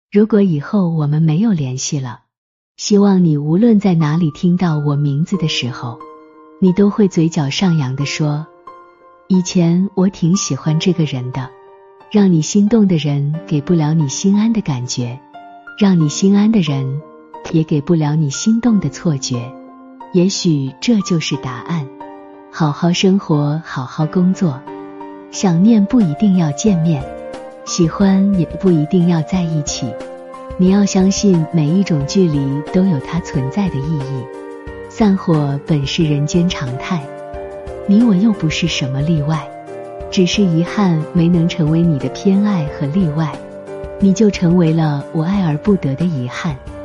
如果以后我们没有联系了，希望你无论在哪里听到我名字的时候，你都会嘴角上扬地说，以前我挺喜欢这个人的。让你心动的人给不了你心安的感觉，让你心安的人也给不了你心动的错觉。也许这就是答案。好好生活，好好工作。想念不一定要见面，喜欢也不一定要在一起。你要相信每一种距离都有它存在的意义。散伙本是人间常态，你我又不是什么例外，只是遗憾没能成为你的偏爱和例外，你就成为了我爱而不得的遗憾。